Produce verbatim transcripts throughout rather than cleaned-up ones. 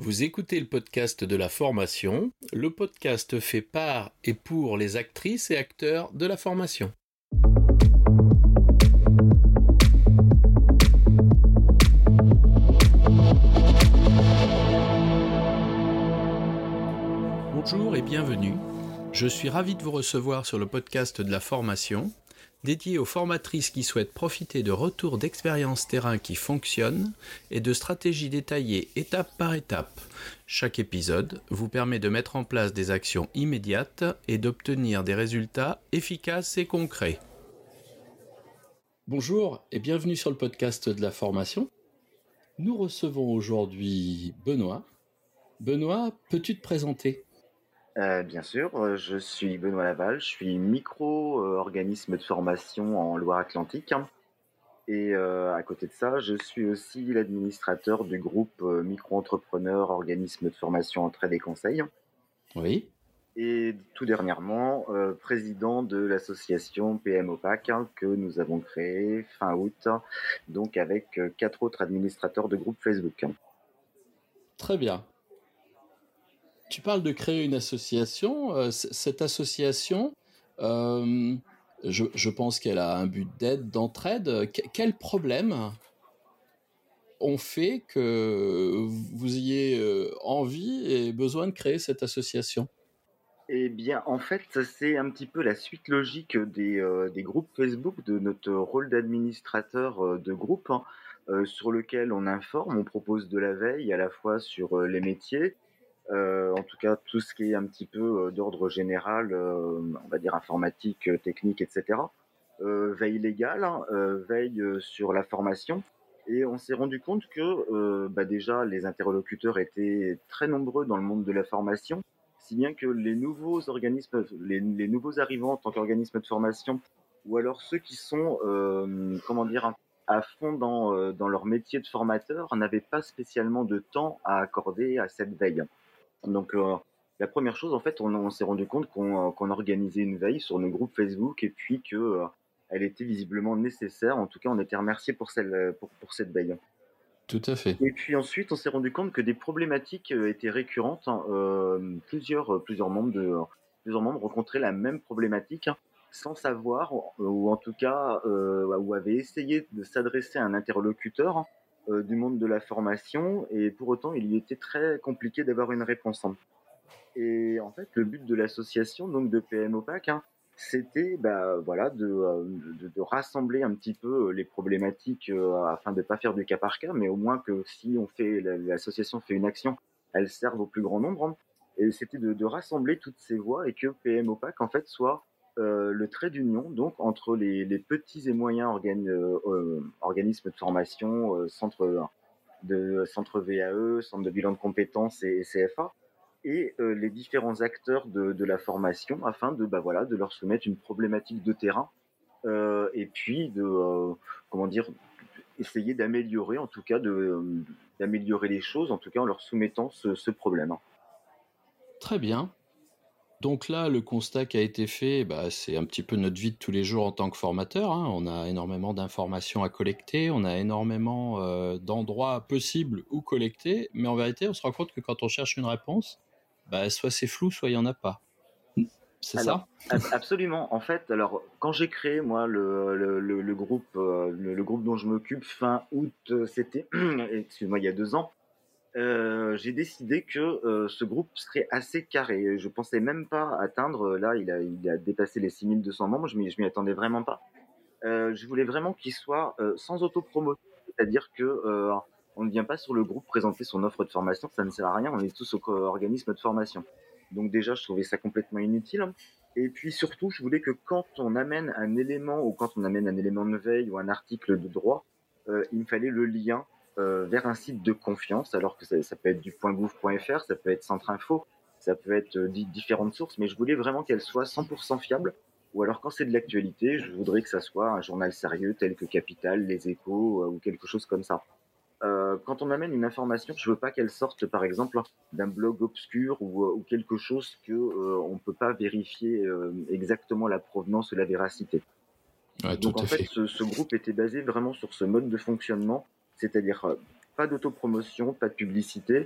Vous écoutez le podcast de la formation, le podcast fait par et pour les actrices et acteurs de la formation. Bonjour et bienvenue. Je suis ravi de vous recevoir sur le podcast de la formation, dédié aux formatrices qui souhaitent profiter de retours d'expériences terrain qui fonctionnent et de stratégies détaillées étape par étape. Chaque épisode vous permet de mettre en place des actions immédiates et d'obtenir des résultats efficaces et concrets. Bonjour et bienvenue sur le podcast de la formation. Nous recevons aujourd'hui Benoît. Benoît, peux-tu te présenter ? Euh, bien sûr, je suis Benoît Laval, je suis micro-organisme de formation en Loire-Atlantique et euh, à côté de ça, je suis aussi l'administrateur du groupe euh, micro-entrepreneurs, organisme de formation entraide et conseil. Oui. Et tout dernièrement, euh, président de l'association P M O P A C hein, que nous avons créée fin août, donc avec euh, quatre autres administrateurs de groupe Facebook. Très bien. Tu parles de créer une association. Euh, c- cette association, euh, je, je pense qu'elle a un but d'aide, d'entraide. Que- quel problème ont fait que vous ayez euh, envie et besoin de créer cette association ? Eh bien, en fait, c'est un petit peu la suite logique des, euh, des groupes Facebook, de notre rôle d'administrateur euh, de groupe, hein, euh, sur lequel on informe, on propose de la veille à la fois sur euh, les métiers, euh, en tout cas tout ce qui est un petit peu euh, d'ordre général, euh, on va dire informatique, euh, technique, et cetera. Euh, veille légale, hein, euh, veille euh, sur la formation. Et on s'est rendu compte que euh, bah déjà les interlocuteurs étaient très nombreux dans le monde de la formation, si bien que les nouveaux organismes, les, les nouveaux arrivants en tant qu'organismes de formation, ou alors ceux qui sont, euh, comment dire, à fond dans, euh, dans leur métier de formateur, n'avaient pas spécialement de temps à accorder à cette veille. Donc, euh, la première chose, en fait, on, on s'est rendu compte qu'on euh, qu'on organisait une veille sur nos groupes Facebook et puis que euh, elle était visiblement nécessaire. En tout cas, on était remerciés pour, celle, pour, pour cette veille. Tout à fait. Et puis ensuite, on s'est rendu compte que des problématiques euh, étaient récurrentes. hein. Euh, plusieurs, euh, plusieurs, membres de, plusieurs membres rencontraient la même problématique hein, sans savoir, ou en tout cas, euh, ou avaient essayé de s'adresser à un interlocuteur hein, euh, du monde de la formation, et pour autant, il y était très compliqué d'avoir une réponse. hein. Et en fait, le but de l'association, donc de P M O P A C, hein, c'était bah, voilà, de, euh, de, de rassembler un petit peu les problématiques euh, afin de ne pas faire du cas par cas, mais au moins que si on fait l'association fait une action, elle serve au plus grand nombre. hein. Et c'était de, de rassembler toutes ces voix et que P M O P A C en fait soit euh, le trait d'union donc entre les, les petits et moyens organes, euh, euh, organismes de formation, euh, centres de centre V A E, centre de bilan de compétences et, et C F A et euh, les différents acteurs de, de la formation afin de bah voilà de leur soumettre une problématique de terrain euh, et puis de euh, comment dire essayer d'améliorer en tout cas de euh, d'améliorer les choses en tout cas en leur soumettant ce, ce problème. Très bien. Donc là, le constat qui a été fait, bah, c'est un petit peu notre vie de tous les jours en tant que formateur. hein. On a énormément d'informations à collecter, on a énormément euh, d'endroits possibles où collecter, mais en vérité, on se rend compte que quand on cherche une réponse, bah, soit c'est flou, soit il n'y en a pas. C'est Alors, ça ? ab- absolument. En fait, alors quand j'ai créé moi le, le, le, le groupe euh, le, le groupe dont je m'occupe fin août, euh, c'était excuse-moi il y a deux ans. Euh, j'ai décidé que euh, ce groupe serait assez carré. Je pensais même pas atteindre, là il a, il a dépassé les six mille deux cents membres, je m'y, je m'y attendais vraiment pas. Euh, je voulais vraiment qu'il soit euh, sans autopromotion, c'est-à-dire que euh, on ne vient pas sur le groupe présenter son offre de formation, ça ne sert à rien, on est tous au co- organisme de formation. Donc déjà, je trouvais ça complètement inutile. Et puis surtout, je voulais que quand on amène un élément ou quand on amène un élément de veille ou un article de droit, euh, il me fallait le lien euh, vers un site de confiance, alors que ça, ça peut être du .gouv point f r, ça peut être Centre Info, ça peut être euh, di- différentes sources, mais je voulais vraiment qu'elle soit cent pour cent fiable. Ou alors quand c'est de l'actualité, je voudrais que ça soit un journal sérieux tel que Capital, Les Échos euh, ou quelque chose comme ça. Euh, quand on amène une information, je veux pas qu'elle sorte par exemple d'un blog obscur ou, euh, ou quelque chose que euh, on peut pas vérifier euh, exactement la provenance ou la véracité. Ouais, tout Donc en à fait, fait. ce, ce groupe était basé vraiment sur ce mode de fonctionnement, c'est-à-dire euh, pas d'autopromotion, pas de publicité,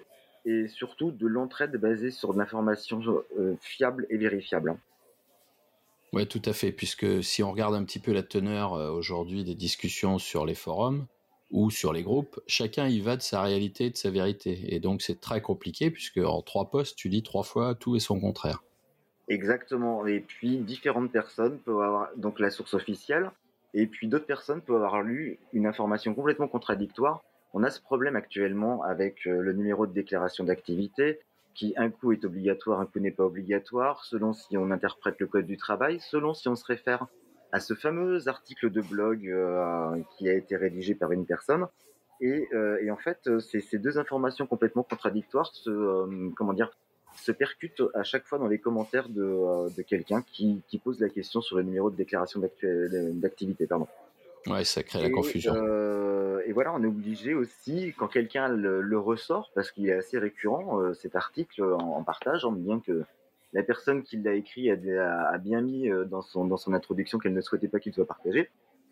et surtout de l'entraide basée sur de l'information euh, fiable et vérifiable. Hein. Ouais, tout à fait, puisque si on regarde un petit peu la teneur euh, aujourd'hui des discussions sur les forums ou sur les groupes, chacun y va de sa réalité et de sa vérité. Et donc c'est très compliqué, puisque en trois posts, tu lis trois fois tout et son contraire. Exactement. Et puis différentes personnes peuvent avoir donc la source officielle, et puis d'autres personnes peuvent avoir lu une information complètement contradictoire. On a ce problème actuellement avec euh, le numéro de déclaration d'activité, qui un coup est obligatoire, un coup n'est pas obligatoire, selon si on interprète le code du travail, selon si on se réfère à ce fameux article de blog euh, qui a été rédigé par une personne. Et, euh, et en fait, euh, ces, ces deux informations complètement contradictoires se, euh, comment dire, se percutent à chaque fois dans les commentaires de, euh, de quelqu'un qui, qui pose la question sur le numéro de déclaration d'activité. Pardon. Ouais, ça crée la Et, confusion. euh, et voilà, on est obligé aussi, quand quelqu'un le, le ressort, parce qu'il est assez récurrent, euh, cet article en, en partage, hein, bien que la personne qui l'a écrit a, a bien mis euh, dans son, dans son introduction qu'elle ne souhaitait pas qu'il soit partagé.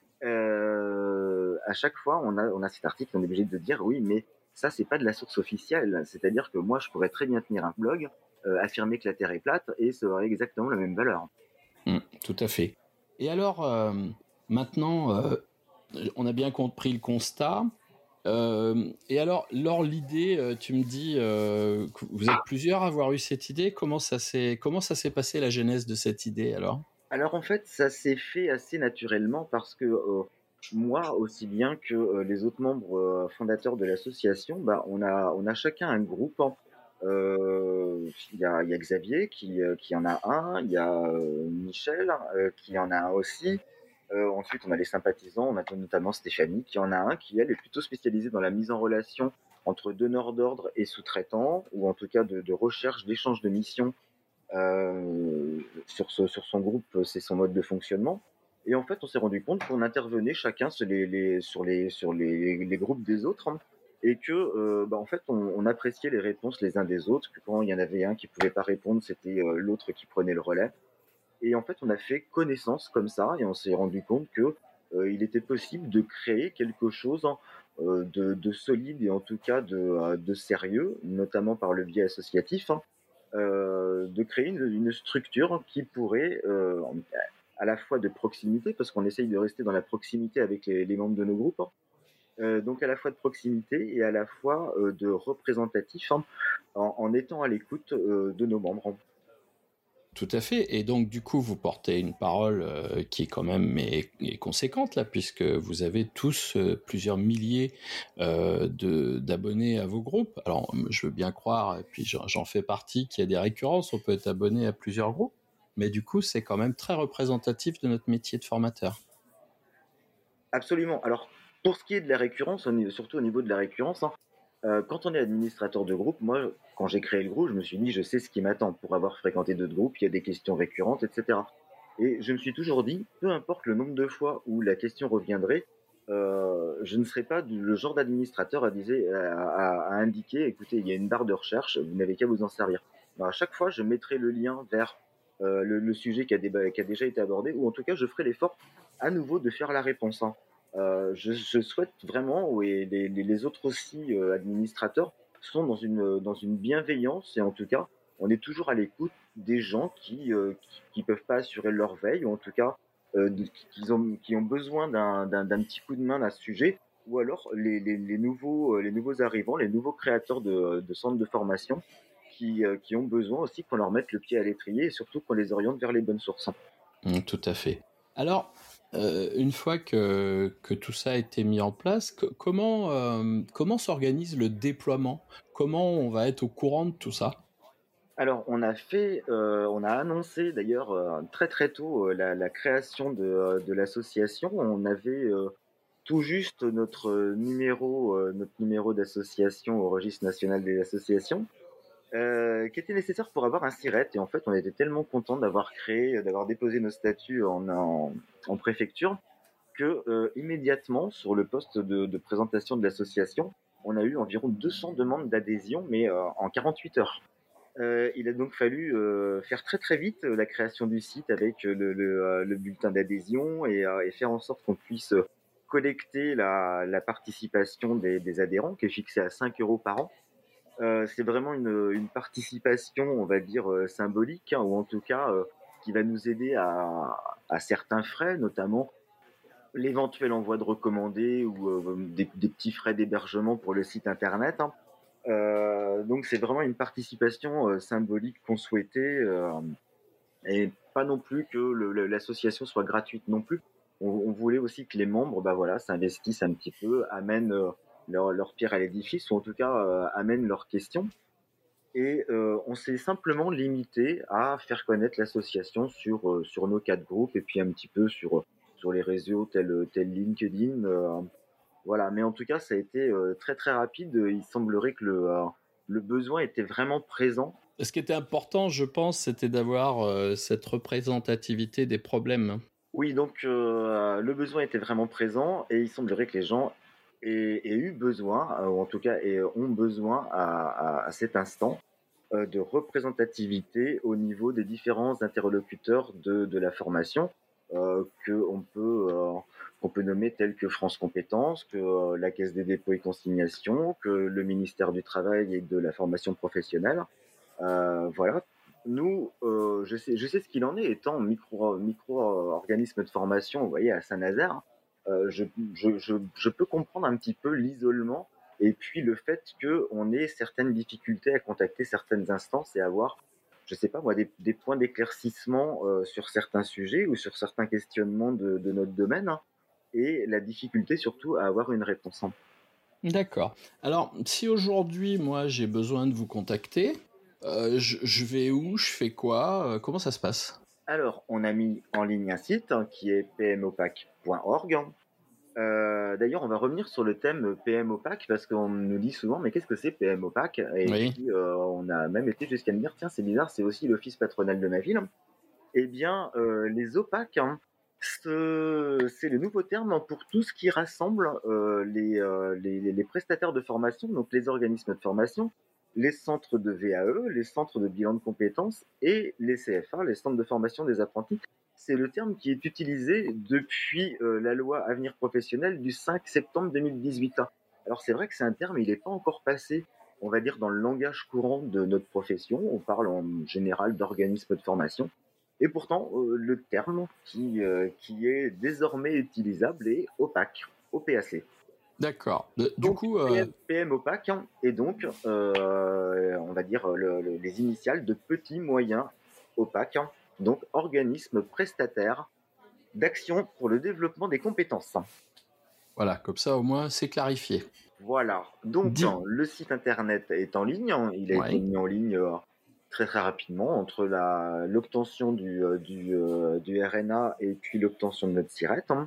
Euh, à chaque fois, on a, on a cet article, on est obligé de dire oui, mais ça, c'est pas de la source officielle. C'est-à-dire que moi, je pourrais très bien tenir un blog, euh, affirmer que la Terre est plate, et ça aurait exactement la même valeur. Mmh, tout à fait. Et alors, euh, maintenant, euh, on a bien compris le constat. Euh, et alors, Laure, l'idée, euh, tu me dis euh, que vous êtes plusieurs à avoir eu cette idée. Comment ça s'est, comment ça s'est passé, la genèse de cette idée, alors? Alors en fait, ça s'est fait assez naturellement parce que euh, moi, aussi bien que euh, les autres membres euh, fondateurs de l'association, bah, on a, on a chacun un groupe. Hein. Euh, Il y, a, il y a Xavier qui, euh, qui en a un, il y a euh, Michel euh, qui en a un aussi. Euh, ensuite, on a les sympathisants, on a notamment Stéphanie qui en a un qui, elle, est plutôt spécialisée dans la mise en relation entre donneurs d'ordre et sous-traitants, ou en tout cas de, de recherche, d'échange de missions euh, sur, ce, sur son groupe, c'est son mode de fonctionnement. Et en fait, on s'est rendu compte qu'on intervenait chacun sur les, les, sur les, sur les, les groupes des autres, hein, et que, euh, bah, en fait, on, on appréciait les réponses les uns des autres. Que quand il y en avait un qui pouvait pas répondre, c'était euh, l'autre qui prenait le relais. Et en fait, on a fait connaissance comme ça, et on s'est rendu compte que euh, il était possible de créer quelque chose hein, euh, de, de solide et en tout cas de, euh, de sérieux, notamment par le biais associatif. Hein, euh, de créer une, une structure qui pourrait, euh, à la fois de proximité, parce qu'on essaye de rester dans la proximité avec les, les membres de nos groupes, hein, euh, donc à la fois de proximité et à la fois euh, de représentatif, hein, en, en, étant à l'écoute euh, de nos membres. Tout à fait. Et donc, du coup, vous portez une parole euh, qui est quand même mais, est conséquente, là, puisque vous avez tous euh, plusieurs milliers euh, de, d'abonnés à vos groupes. Alors, je veux bien croire, et puis j'en, j'en fais partie, qu'il y a des récurrences, on peut être abonné à plusieurs groupes. Mais du coup, c'est quand même très représentatif de notre métier de formateur. Absolument. Alors, pour ce qui est de la récurrence, surtout au niveau de la récurrence, hein, euh, quand on est administrateur de groupe, moi, quand j'ai créé le groupe, je me suis dit, je sais ce qui m'attend pour avoir fréquenté d'autres groupes, il y a des questions récurrentes, et cetera. Et je me suis toujours dit, peu importe le nombre de fois où la question reviendrait, euh, je ne serais pas le genre d'administrateur à, diser, à, à, à indiquer, écoutez, il y a une barre de recherche, vous n'avez qu'à vous en servir. Alors, à chaque fois, je mettrai le lien vers euh, le, le, sujet qui a, déba- qui a déjà été abordé, ou en tout cas, je ferai l'effort à nouveau de faire la réponse. Hein. Euh, je, je souhaite vraiment, et les, les, les autres aussi euh, administrateurs sont dans une, dans une bienveillance, et en tout cas, on est toujours à l'écoute des gens qui euh, qui, qui peuvent pas assurer leur veille, ou en tout cas euh, qui, ont, qui ont besoin d'un, d'un, d'un petit coup de main à ce sujet, ou alors les, les, les, nouveaux, les nouveaux arrivants, les nouveaux créateurs de, de centres de formation qui, euh, qui ont besoin aussi qu'on leur mette le pied à l'étrier et surtout qu'on les oriente vers les bonnes sources. Mmh, tout à fait. Alors, euh, une fois que, que tout ça a été mis en place, que, comment, euh, comment s'organise le déploiement? Comment on va être au courant de tout ça? Alors, on a fait, euh, on a annoncé d'ailleurs euh, très très tôt euh, la, la, création de, de l'association. On avait euh, tout juste notre numéro, euh, notre numéro d'association au registre national des associations, euh, qui était nécessaire pour avoir un SIRET. Et en fait, on était tellement contents d'avoir créé, d'avoir déposé nos statuts en, en, en préfecture, que euh, immédiatement sur le poste de, de présentation de l'association, on a eu environ deux cents demandes d'adhésion, mais euh, en quarante-huit heures. Euh, il a donc fallu euh, faire très très vite euh, la création du site avec le, le, euh, le bulletin d'adhésion et, euh, et faire en sorte qu'on puisse collecter la, la participation des, des adhérents qui est fixée à cinq euros par an. Heu, c'est vraiment une, une participation, on va dire, heu, symbolique, hein, ou en tout cas, heu, qui va nous aider à à certains frais, notamment l'éventuel envoi de recommandés ou, heu, des des petits frais d'hébergement pour le site internet, hein. Heu, donc c'est vraiment une participation, heu, symbolique qu'on souhaitait, hem et pas non plus que le le l'association soit gratuite non plus. On on voulait aussi que les membres, bah, voilà, s'investissent un petit peu, amènent, heu, leur leur pierre à l'édifice ou en tout cas, heu, amènent leurs questions et heu, on s'est simplement limité à faire connaître l'association sur, heu, sur nos quatre groupes et puis un petit peu sur, heu, sur les réseaux tels, heu, tels LinkedIn, heu, voilà. Mais en tout cas, ça a été, heu, très, très rapide. Il semblerait que le, heu, le besoin était vraiment présent. Ce qui était important, je pense, c'était d'avoir euh, cette représentativité des problèmes. Oui, donc heu, le besoin était vraiment présent et il semblerait que les gens aient aient eu besoin, heu, ou en tout cas aient ont besoin à à à cet instant, heu, de représentativité au niveau des différents interlocuteurs de de la formation, heu, qu'on peut, heu, qu'on peut nommer tels que France Compétences, que, heu, la Caisse des dépôts et consignations, que le ministère du Travail et de la formation professionnelle. Heu, voilà. Nous, heu, je sais je sais ce qu'il en est étant micro micro, heu, organisme de formation, vous voyez, à Saint-Nazaire, heu, je je je je peux comprendre un petit peu l'isolement et puis le fait qu'on ait certaines difficultés à contacter certaines instances et avoir, je sais pas moi, des des points d'éclaircissement, heu, sur certains sujets ou sur certains questionnements de de notre domaine, hein, et la difficulté surtout à avoir une réponse, hein. D'accord. Alors, si aujourd'hui, moi, j'ai besoin de vous contacter, euh, je, je vais où? Je fais quoi? Euh, comment ça se passe? Alors, on a mis en ligne un site, hein, qui est p m o p a c point org. Heu, d'ailleurs, on va revenir sur le thème P M opaque parce qu'on nous dit souvent: «Mais qu'est-ce que c'est P M opaque?» et Oui. puis, heu, on a même été jusqu'à me dire: «Tiens, c'est bizarre, c'est aussi l'office patronal de ma ville». Eh bien, heu, les opaques, hein, ce c'est le nouveau terme pour tout ce qui rassemble, heu, les, heu, les les les prestataires de formation, donc les organismes de formation, les centres de V A E, les centres de bilan de compétences et les C F A, les centres de formation des apprentis. C'est le terme qui est utilisé depuis, heu, la loi Avenir professionnel du cinq septembre deux mille dix-huit. Alors c'est vrai que c'est un terme, il n'est pas encore passé, on va dire, dans le langage courant de notre profession. On parle en général d'organismes de formation et pourtant, heu, le terme qui, heu, qui est désormais utilisable est opaque, O P A C. D'accord. De- Du Donc coup, euh, P M P M opaque, hein, et donc, heu, on va dire, le le les initiales de petit, moyen, opaque, hein, donc organisme prestataire d'action pour le développement des compétences. voilà, comme ça, au moins, c'est clarifié. Voilà, donc Dis. hein, le site internet est en ligne, hein, il a été Oui. mis en ligne, heu, très, très rapidement entre la l'obtention du, heu, du, heu, du R N A et puis l'obtention de notre SIRET, hein.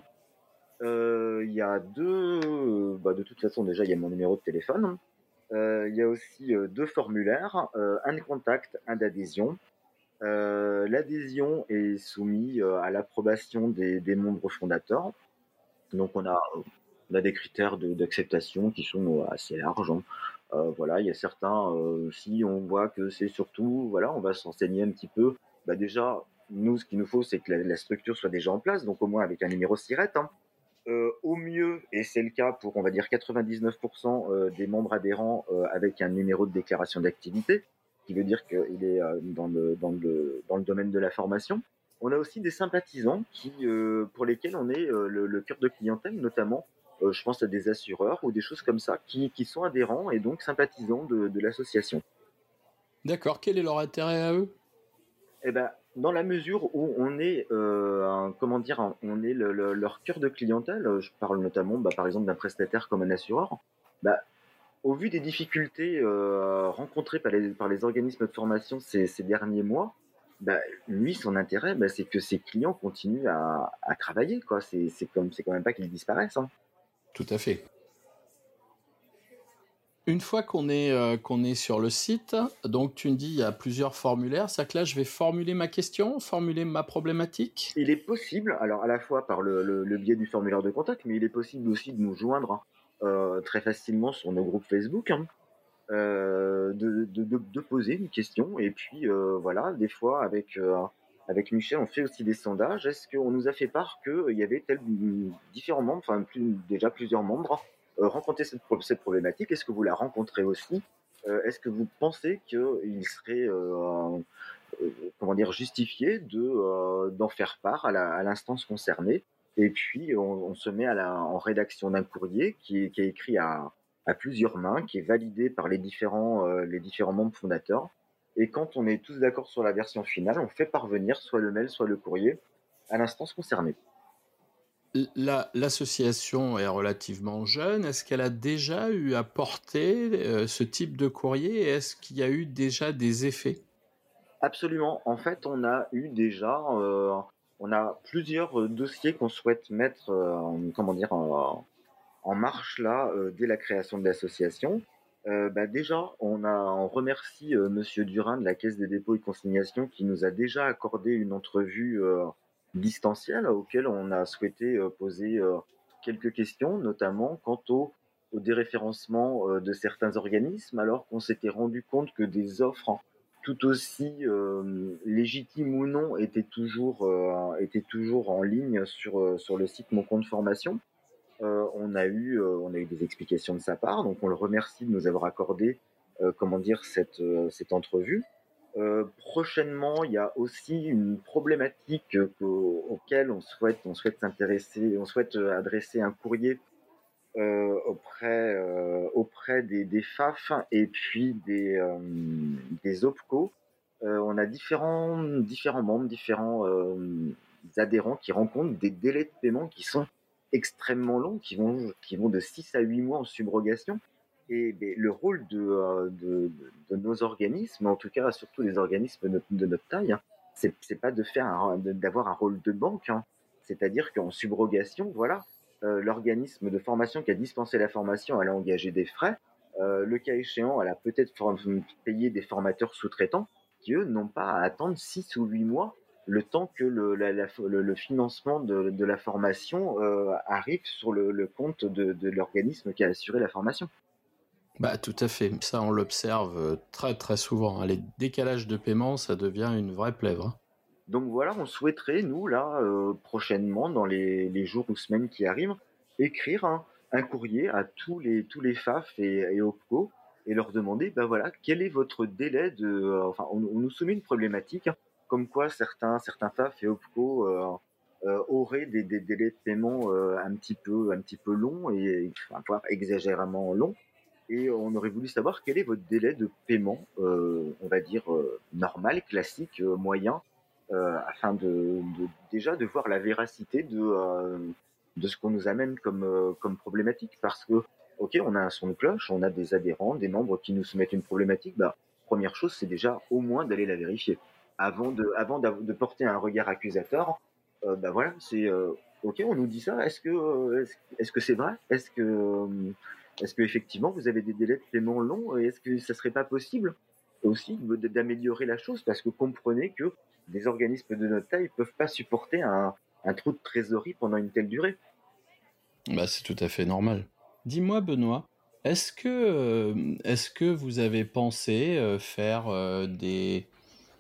Heu, il y a deux, heu, bah, de toute façon déjà il y a mon numéro de téléphone. Heu, il y a aussi, heu, deux formulaires, heu, un de contact, un d'adhésion. Heu, l'adhésion est soumis, heu, à l'approbation des des membres fondateurs. Donc on a, on a des critères de d'acceptation qui sont, heu, assez larges, hein. Heu, voilà, il y a certains, heu, si on voit que c'est surtout voilà, on va s'enseigner un petit peu. Bah, déjà, nous, ce qu'il nous faut, c'est que la la structure soit déjà en place, donc au moins avec un numéro SIRET, hein. Heu, au mieux, et c'est le cas pour, on va dire, quatre-vingt-dix-neuf heu, des membres adhérents, heu, avec un numéro de déclaration d'activité, qui veut dire qu'il est, heu, dans le dans le dans le domaine de la formation. On a aussi des sympathisants qui, heu, pour lesquels on est, heu, le le cœur de clientèle, notamment, heu, je pense à des assureurs ou des choses comme ça, qui qui sont adhérents et donc sympathisants de de l'association. D'accord. Quel est leur intérêt à eux? Et ben, dans la mesure où on est, heu, un comment dire? Un on est le le leur cœur de clientèle, heu, je parle notamment, bah, par exemple, d'un prestataire comme un assureur. Bah, au vu des difficultés, heu, rencontrées par les par les organismes de formation ces ces derniers mois, bah, lui, son intérêt, bah, c'est que ses clients continuent à à travailler, quoi. C'est c'est comme c'est quand même pas qu'ils disparaissent, hein. Tout à fait. Une fois qu'on est, euh, qu'on est sur le site, donc tu me dis il y a plusieurs formulaires, c'est que là je vais formuler ma question, formuler ma problématique. Il est possible, alors à la fois par le le le biais du formulaire de contact, mais il est possible aussi de nous joindre, heu, très facilement sur nos groupes Facebook, hein. Heu, de de de de poser une question et puis, heu, voilà, des fois avec, heu, avec Michel, on fait aussi des sondages. Est-ce qu'on nous a fait part qu'il y avait tel mmh, différents membres, enfin plus déjà plusieurs membres, heu, rencontraient cette pro cette problématique. Est-ce que vous la rencontrez aussi? euh, est-ce que vous pensez qu'il serait euh, euh, comment dire, justifié de, euh, d'en faire part à, la, à l'instance concernée. Et puis, on, on se met à la, en rédaction d'un courrier qui est, qui est écrit à, à plusieurs mains, qui est validé par les différents, euh, les différents membres fondateurs. Et quand on est tous d'accord sur la version finale, on fait parvenir soit le mail, soit le courrier à l'instance concernée. La, l'association est relativement jeune. Est-ce qu'elle a déjà eu à porter euh, ce type de courrier et est-ce qu'il y a eu déjà des effets? Absolument. En fait, on a eu déjà, euh, on a plusieurs euh, dossiers qu'on souhaite mettre, euh, en- comment dire, en, en marche là, euh, dès la création de l'association. Euh, bah, déjà, on a, on remercie euh, Monsieur Durin de la Caisse des dépôts et consignations qui nous a déjà accordé une entrevue euh, distancielle auquel on a souhaité euh, poser euh, quelques questions, notamment quant au, au déréférencement euh, de certains organismes, alors qu'on s'était rendu compte que des offres tout aussi euh, légitimes ou non étaient toujours, euh, étaient toujours en ligne sur, euh, sur le site Mon Compte Formation. Euh, on a eu, euh, on a eu des explications de sa part, donc on le remercie de nous avoir accordé, euh, comment dire, cette, euh, cette entrevue. Euh, prochainement, il y a aussi une problématique euh, qu'au- auquel on souhaite, on souhaite s'intéresser, on souhaite euh, adresser un courrier euh, auprès, euh, auprès des, des F A F et puis des, euh, des OPCO. Euh, on a différents, différents membres, différents euh, adhérents qui rencontrent des délais de paiement qui sont extrêmement longs, qui vont, qui vont de six à huit mois en subrogation. Et ben, le rôle de, euh, de, de, de nos organismes, en tout cas surtout les organismes de, de notre taille, hein, c'est, c'est pas de faire un- de- d'avoir un rôle de banque. Hein. C'est-à-dire qu'en subrogation, voilà, euh, l'organisme de formation qui a dispensé la formation, elle a engagé des frais. Euh, le cas échéant, elle a peut-être for- payé des formateurs sous-traitants qui, eux, n'ont pas à attendre six ou huit mois le temps que le, la, la, le, le financement de, de la formation euh, arrive sur le, le compte de, de l'organisme qui a assuré la formation. Bah, tout à fait. Ça, on l'observe euh, très très souvent, hein. Les décalages de paiement, ça devient une vraie plèvre, hein. Donc voilà, on souhaiterait, nous, là, euh, prochainement, dans les, les jours ou semaines qui arrivent, écrire un, un courrier à tous les, tous les F A F et, et OPCO et leur demander, ben voilà, quel est votre délai de... euh, enfin, on, on nous soumet une problématique, hein, comme quoi certains, certains F A F et OPCO euh, euh, auraient des, des délais de paiement euh, un petit peu, un petit peu longs et, enfin, voire exagérément longs. Et on aurait voulu savoir quel est votre délai de paiement, euh, on va dire, euh, normal, classique, euh, moyen, euh, afin de, de- déjà de voir la véracité de, euh, de ce qu'on nous amène comme, euh, comme problématique. Parce que, ok, on a un son de cloche, on a des adhérents, des membres qui nous soumettent une problématique. Bah, première chose, c'est déjà au moins d'aller la vérifier. Avant de, avant d'av- de porter un regard accusateur, euh, bah voilà, c'est euh, ok, on nous dit ça. Est-ce que, euh, est-ce, est-ce que c'est vrai? Est-ce que, euh, est-ce que effectivement vous avez des délais de paiement longs et est-ce que ça serait pas possible aussi de- d'améliorer la chose parce que comprenez que des organismes de notre taille peuvent pas supporter un, un trou de trésorerie pendant une telle durée. Bah, c'est tout à fait normal. Dis-moi, Benoît, est-ce que, euh, est-ce que vous avez pensé euh, faire euh, des,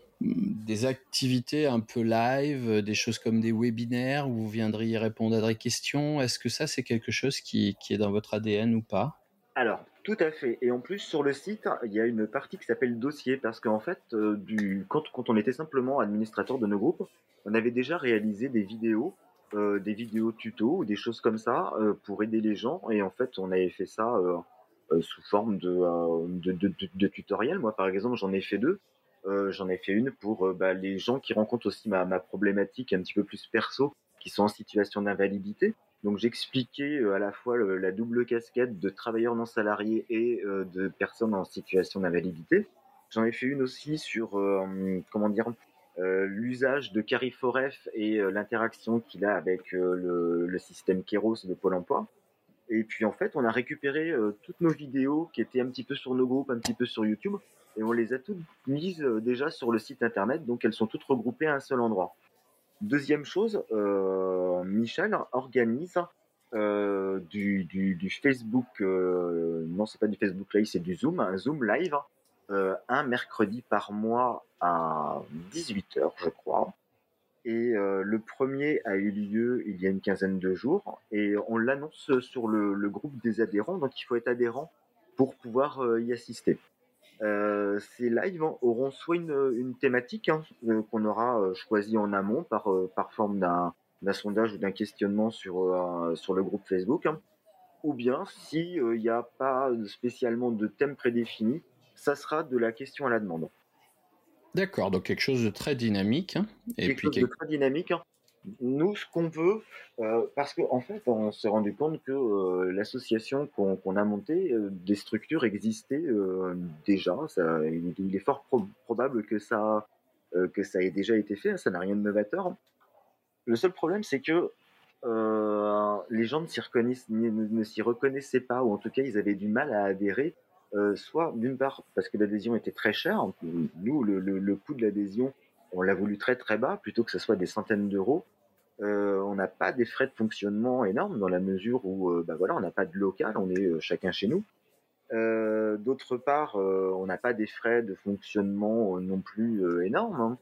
des activités un peu live, euh, des choses comme des webinaires où vous viendriez répondre à des questions? Est-ce que ça, c'est quelque chose qui, qui est dans votre A D N ou pas? Alors, tout à fait. Et en plus, sur le site, il y a une partie qui s'appelle dossier parce qu'en fait, euh, du, quand, quand on était simplement administrateur de nos groupes, on avait déjà réalisé des vidéos, euh, des vidéos tutos ou des choses comme ça euh, pour aider les gens. Et en fait, on avait fait ça euh, euh, sous forme de, euh, de, de, de, de tutoriel. Moi, par exemple, j'en ai fait deux. Euh, j'en ai fait une pour euh, bah, les gens qui rencontrent aussi ma, ma problématique un petit peu plus perso, qui sont en situation d'invalidité. Donc j'expliquais euh, à la fois le, la double casquette de travailleurs non salariés et euh, de personnes en situation d'invalidité. J'en ai fait une aussi sur euh, comment dire euh, l'usage de Cariforef et euh, l'interaction qu'il a avec euh, le, le système Keros de Pôle Emploi. Et puis en fait, on a récupéré euh, toutes nos vidéos qui étaient un petit peu sur nos groupes, un petit peu sur YouTube, et on les a toutes mises euh, déjà sur le site internet, donc elles sont toutes regroupées à un seul endroit. Deuxième chose, euh, Michel organise euh, du, du, du Facebook, euh, non c'est pas du Facebook Live, c'est du Zoom, un Zoom Live, euh, un mercredi par mois à dix-huit heures je crois. Et euh, le premier a eu lieu il y a une quinzaine de jours et on l'annonce sur le, le groupe des adhérents, donc il faut être adhérent pour pouvoir euh, y assister. Euh, ces lives hein, auront soit une, une thématique hein, euh, qu'on aura euh, choisie en amont par, euh, par forme d'un, d'un sondage ou d'un questionnement sur, euh, sur le groupe Facebook, hein, ou bien si il n'y a pas spécialement de thème prédéfini, ça sera de la question à la demande. D'accord, donc quelque chose de très dynamique, hein, et Quelque puis chose de quelque... très dynamique, hein. Nous, ce qu'on veut, euh, parce qu'en en fait, on s'est rendu compte que euh, l'association qu'on qu'on a montée, euh, des structures existaient euh, déjà. Ça, il, il est fort pro- probable que ça, euh, que ça ait déjà été fait. Hein, ça n'a rien de novateur. Le seul problème, c'est que euh, les gens ne s'y reconnaissent, ne, ne s'y reconnaissaient pas, ou en tout cas, ils avaient du mal à adhérer. Euh, soit d'une part parce que l'adhésion était très chère. Nous, le, le, le coût de l'adhésion, on l'a voulu très très bas, plutôt que ce soit des centaines d'euros. Euh, on n'a pas des frais de fonctionnement énormes dans la mesure où, euh, bah voilà, on n'a pas de local, on est euh, chacun chez nous. Euh, d'autre part, euh, on n'a pas des frais de fonctionnement euh, non plus euh, énormes, hein.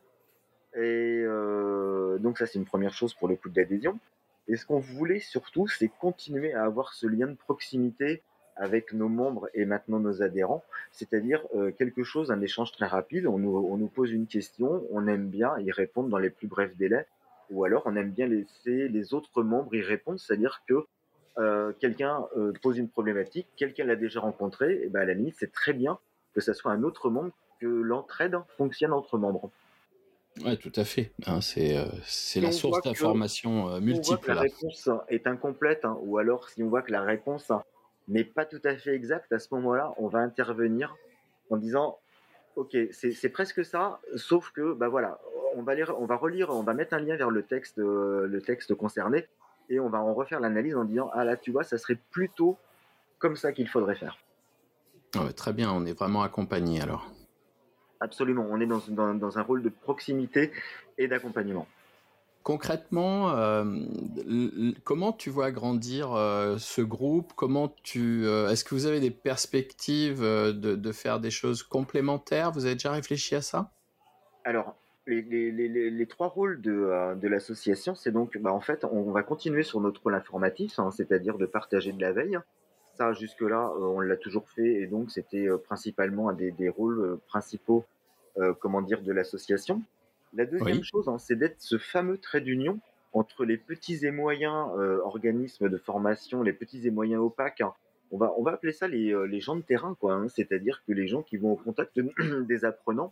Et euh, donc ça, c'est une première chose pour le coût de l'adhésion. Et ce qu'on voulait surtout, c'est continuer à avoir ce lien de proximité avec nos membres et maintenant nos adhérents, c'est-à-dire euh, quelque chose, un échange très rapide. On nous, on nous pose une question, on aime bien y répondre dans les plus brefs délais, ou alors on aime bien laisser les autres membres y répondre, c'est-à-dire que euh, quelqu'un euh, pose une problématique, quelqu'un l'a déjà rencontré, et ben à la limite, c'est très bien que ça soit un autre membre, que l'entraide fonctionne entre membres. Ouais, tout à fait, hein, c'est, euh, c'est Si la on source voit que d'informations euh, si on voit que multiples, la là. réponse est incomplète, hein, ou alors si on voit que la réponse hein, n'est pas tout à fait exacte, à ce moment-là, on va intervenir en disant, ok, c'est c'est presque ça, sauf que, bah voilà, on va lire, on va relire, on va mettre un lien vers le texte, euh, le texte concerné, et on va en refaire l'analyse en disant, ah là, tu vois, ça serait plutôt comme ça qu'il faudrait faire. Ouais, très bien, on est vraiment accompagné alors. Absolument, on est dans, dans, dans un rôle de proximité et d'accompagnement. Concrètement, euh, l- l- comment tu vois grandir euh, ce groupe? Comment tu, euh, est-ce que vous avez des perspectives euh, de, de faire des choses complémentaires? Vous avez déjà réfléchi à ça? Alors, les, les, les, les trois rôles de, euh, de l'association, c'est donc, bah, en fait, on va continuer sur notre rôle informatif, hein, c'est-à-dire de partager de la veille. Ça, jusque-là, euh, on l'a toujours fait, et donc c'était euh, principalement un des, des rôles euh, principaux, euh, comment dire, de l'association. La deuxième Oui. chose, hein, c'est d'être ce fameux trait d'union entre les petits et moyens euh, organismes de formation, les petits et moyens opaques, hein. On va, on va appeler ça les, euh, les gens de terrain, quoi, hein, c'est-à-dire que les gens qui vont au contact des apprenants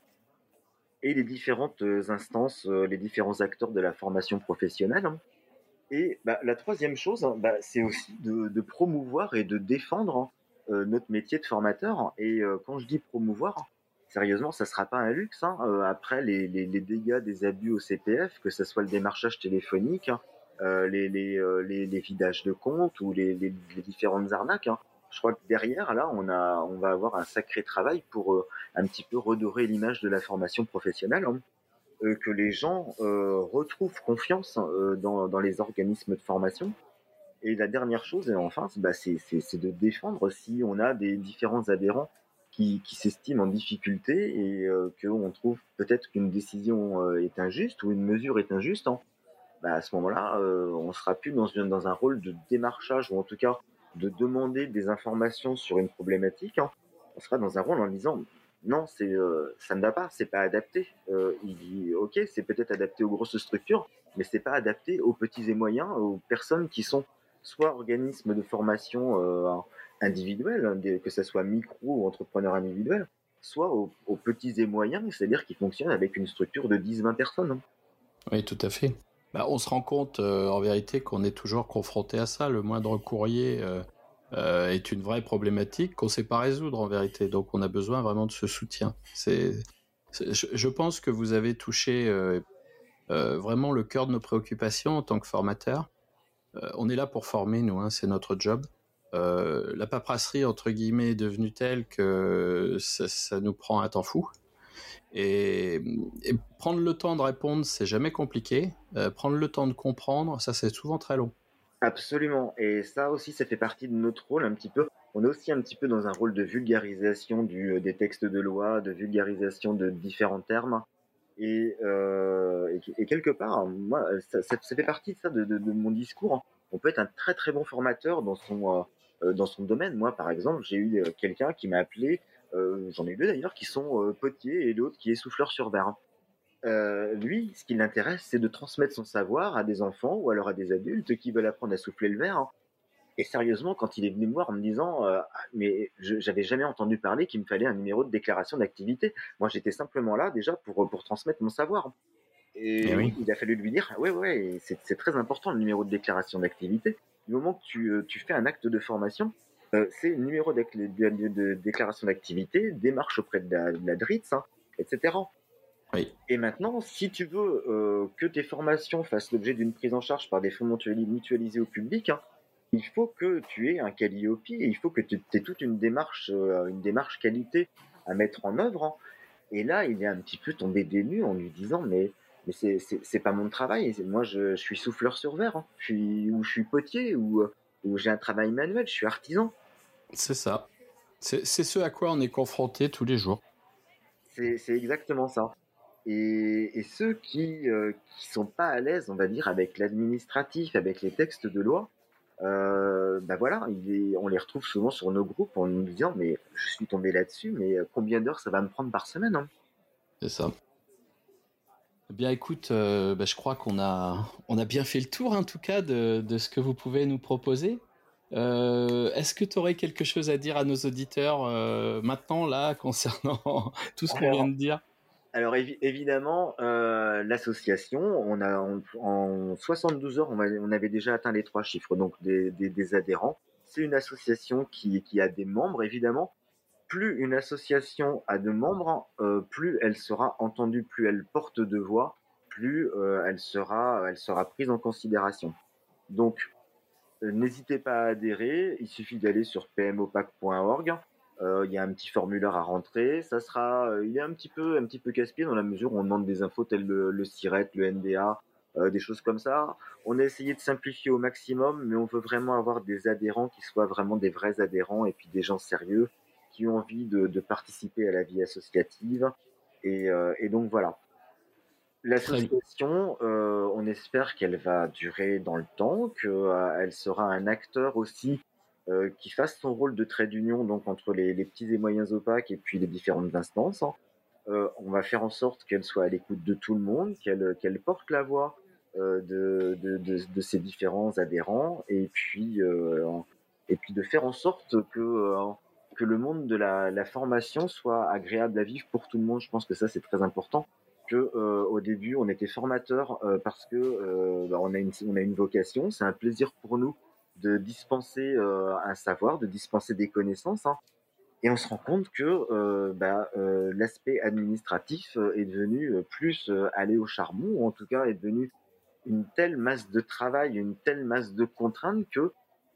et les différentes euh, instances, euh, les différents acteurs de la formation professionnelle, hein. Et bah, la troisième chose, hein, bah, c'est aussi de, de promouvoir et de défendre hein, euh, notre métier de formateur. Et euh, quand je dis promouvoir, sérieusement, ça sera pas un luxe, hein. Euh, après les, les, les dégâts des abus au C P F, que ce soit le démarchage téléphonique, hein, euh, les, les, euh, les, les vidages de comptes ou les, les, les différentes arnaques, hein, je crois que derrière, là, on, a, on va avoir un sacré travail pour euh, un petit peu redorer l'image de la formation professionnelle, hein, euh, que les gens euh, retrouvent confiance euh, dans, dans les organismes de formation. Et la dernière chose, et enfin, c'est bah, c'est- c'est- c'est de défendre si on a des différents adhérents qui, qui s'estiment en difficulté et euh, qu'on trouve peut-être qu'une décision euh, est injuste ou une mesure est injuste, hein. Bah, à ce moment-là, euh, on sera plus dans, une, dans un rôle de démarchage ou en tout cas de demander des informations sur une problématique, hein. On sera dans un rôle en disant non, c'est euh, ça ne va pas, c'est pas adapté. Euh, il dit ok, c'est peut-être adapté aux grosses structures, mais c'est pas adapté aux petits et moyens, aux personnes qui sont soit organismes de formation euh, individuels, hein, des- que ce soit micro ou entrepreneur individuel, soit aux, aux petits et moyens, c'est-à-dire qui fonctionnent avec une structure de dix vingt personnes, hein. Oui, tout à fait. Bah, on se rend compte euh, en vérité qu'on est toujours confronté à ça. Le moindre courrier euh, euh, est une vraie problématique qu'on ne sait pas résoudre en vérité. Donc on a besoin vraiment de ce soutien. C'est, c'est- je, je pense que vous avez touché euh, euh, vraiment le cœur de nos préoccupations en tant que formateur. Euh, on est là pour former, nous, hein, c'est notre job. Euh, la paperasserie, entre guillemets, est devenue telle que ça, ça nous prend un temps fou. Et, et prendre le temps de répondre, c'est jamais compliqué. Euh, prendre le temps de comprendre, ça c'est souvent très long. Absolument. Et ça aussi, ça fait partie de notre rôle un petit peu. On est aussi un petit peu dans un rôle de vulgarisation du, euh, des textes de loi, de vulgarisation de différents termes. Et, euh, et, et quelque part, moi, ça, ça, ça fait partie de ça, de, de, de mon discours, hein. On peut être un très très bon formateur dans son, euh, euh, dans son domaine. Moi, par exemple, j'ai eu euh, quelqu'un qui m'a appelé euh, j'en ai eu deux d'ailleurs, qui sont euh, potiers et l'autre qui est souffleur sur verre. Euh, lui, ce qui l'intéresse, c'est de transmettre son savoir à des enfants ou alors à des adultes qui veulent apprendre à souffler le verre. Et sérieusement, quand il est venu me voir en me disant euh, ah, mais je, j'avais jamais entendu parler qu'il me fallait un numéro de déclaration d'activité. Moi, j'étais simplement là déjà pour pour transmettre mon savoir. Eh Et oui. oui, il a fallu lui dire ah ouais ouais, c'est c'est très important le numéro de déclaration d'activité. Du moment que tu euh, tu fais un acte de formation, euh, c'est le numéro de, de, de déclaration d'activité, démarche auprès de la, de la D R I T S, hein, et cetera. Oui. Et maintenant, si tu veux euh, que tes formations fassent l'objet d'une prise en charge par des fonds mutuali- mutualisés au public, hein, il faut que tu aies un Calliope et il faut que tu aies toute une démarche, euh, une démarche qualité à mettre en œuvre, hein. Et là, il est un petit peu tombé des nues en lui disant mais mais c'est c'est c'est pas mon travail. Moi, je, je suis souffleur sur verre, hein. Je suis ou je suis potier ou euh, ou j'ai un travail manuel. Je suis artisan. C'est ça. C'est, c'est ce à quoi on est confronté tous les jours. C'est c'est exactement ça. Et, et ceux qui euh, qui sont pas à l'aise, on va dire, avec l'administratif, avec les textes de loi, euh, bah voilà, il est, on les retrouve souvent sur nos groupes en nous disant mais je suis tombé là-dessus, mais combien d'heures ça va me prendre par semaine, hein. C'est ça. Eh bien, écoute, euh, bah, je crois qu'on a, on a bien fait le tour, en tout cas, de, de ce que vous pouvez nous proposer. Euh, est-ce que tu aurais quelque chose à dire à nos auditeurs euh, maintenant, là, concernant tout ce qu'on vient Alors, de dire? alors évi- évidemment, euh, l'association, on a en, en soixante-douze heures, on, a- on avait déjà atteint les trois chiffres, donc des, des, des adhérents. C'est une association qui, qui a des membres, évidemment. Plus une association a de membres, euh, plus elle sera entendue, plus elle porte de voix, plus euh, elle sera, elle sera prise en considération. Donc, euh, n'hésitez pas à adhérer. Il suffit d'aller sur p m o p a c point org. Euh, Il y a un petit formulaire à rentrer. Ça sera, euh, il est un petit peu, un petit peu casse-pied dans la mesure où on demande des infos telles le, le SIRET, le N D A, euh, des choses comme ça. On a essayé de simplifier au maximum, mais on veut vraiment avoir des adhérents qui soient vraiment des vrais adhérents et puis des gens sérieux qui ont envie de, de participer à la vie associative. Et, euh, et donc voilà. Très, L'association, euh, on espère qu'elle va durer dans le temps, qu'elle euh, sera un acteur aussi euh, qui fasse son rôle de trait d'union donc entre les, les petits et moyens opaques et puis les différentes instances, hein. Euh, on va faire en sorte qu'elle soit à l'écoute de tout le monde, qu'elle qu'elle porte la voix euh, de, de, de, de ses différents adhérents et puis euh, et puis de faire en sorte que euh, que le monde de la, la formation soit agréable à vivre pour tout le monde. Je pense que ça c'est très important que euh, au début on était formateur euh, parce que euh, bah, on a une on a une vocation, c'est un plaisir pour nous de dispenser euh, un savoir, de dispenser des connaissances, hein. Et on se rend compte que euh, bah, euh, l'aspect administratif euh, est devenu euh, plus euh, aller au charbon, ou en tout cas est devenu une telle masse de travail, une telle masse de contraintes que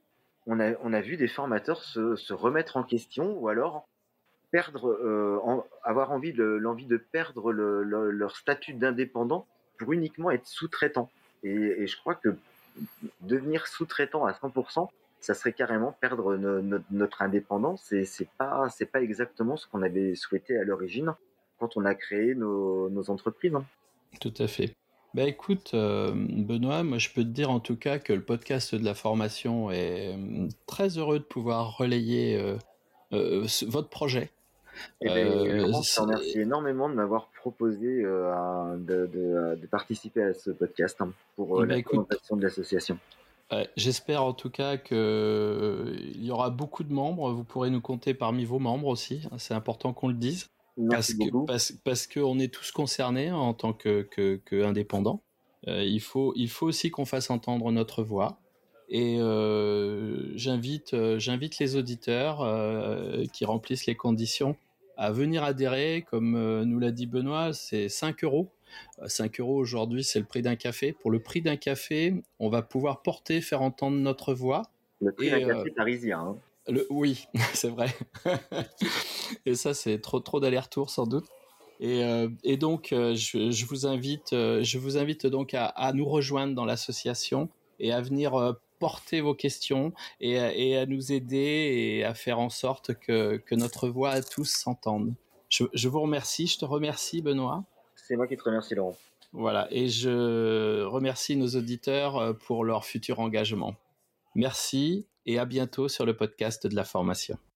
on a on a vu des formateurs se, se remettre en question ou alors perdre, euh, en, avoir envie de, l'envie de perdre le, le, leur statut d'indépendant pour uniquement être sous-traitant. Et, et je crois que devenir sous-traitant à cent pour cent, ça serait carrément perdre no, no, notre indépendance. Et c'est pas, c'est pas exactement ce qu'on avait souhaité à l'origine quand on a créé nos, nos entreprises, hein. tout à fait. Bah écoute, euh, Benoît, moi je peux te dire en tout cas que le podcast de la formation est euh, très heureux de pouvoir relayer euh, euh, ce- votre projet. Et ben, Euh, Laurent, je te remercie c'est- énormément de m'avoir proposé euh, un- de, de, de participer à ce podcast, hein, pour euh, bah la écoute, présentation de l'association. ouais, j'espère en tout cas que euh, il y aura beaucoup de membres. Vous pourrez nous compter parmi vos membres aussi. C'est important qu'on le dise Merci parce que beaucoup. parce parce que on est tous concernés en tant que que, que indépendants. Euh, il faut il faut aussi qu'on fasse entendre notre voix. Et euh, j'invite euh, j'invite les auditeurs euh, qui remplissent les conditions à venir adhérer. Comme euh, nous l'a dit Benoît, c'est cinq euros. cinq euros aujourd'hui, c'est le prix d'un café. Pour le prix d'un café, on va pouvoir porter, faire entendre notre voix. Le prix d'un Et euh, café parisien, hein. le, oui, c'est vrai. Et ça, c'est trop, trop d'aller-retour sans doute. Et, euh, et donc, euh, je, je vous invite, euh, je vous invite donc à, à nous rejoindre dans l'association et à venir euh, porter vos questions et, à- et à nous aider et à faire en sorte que, que notre voix à tous s'entende. Je, je vous remercie, je te remercie, Benoît. C'est moi qui te remercie, Laurent. Voilà, et je remercie nos auditeurs euh, pour leur futur engagement. Merci et à bientôt sur le podcast de la formation.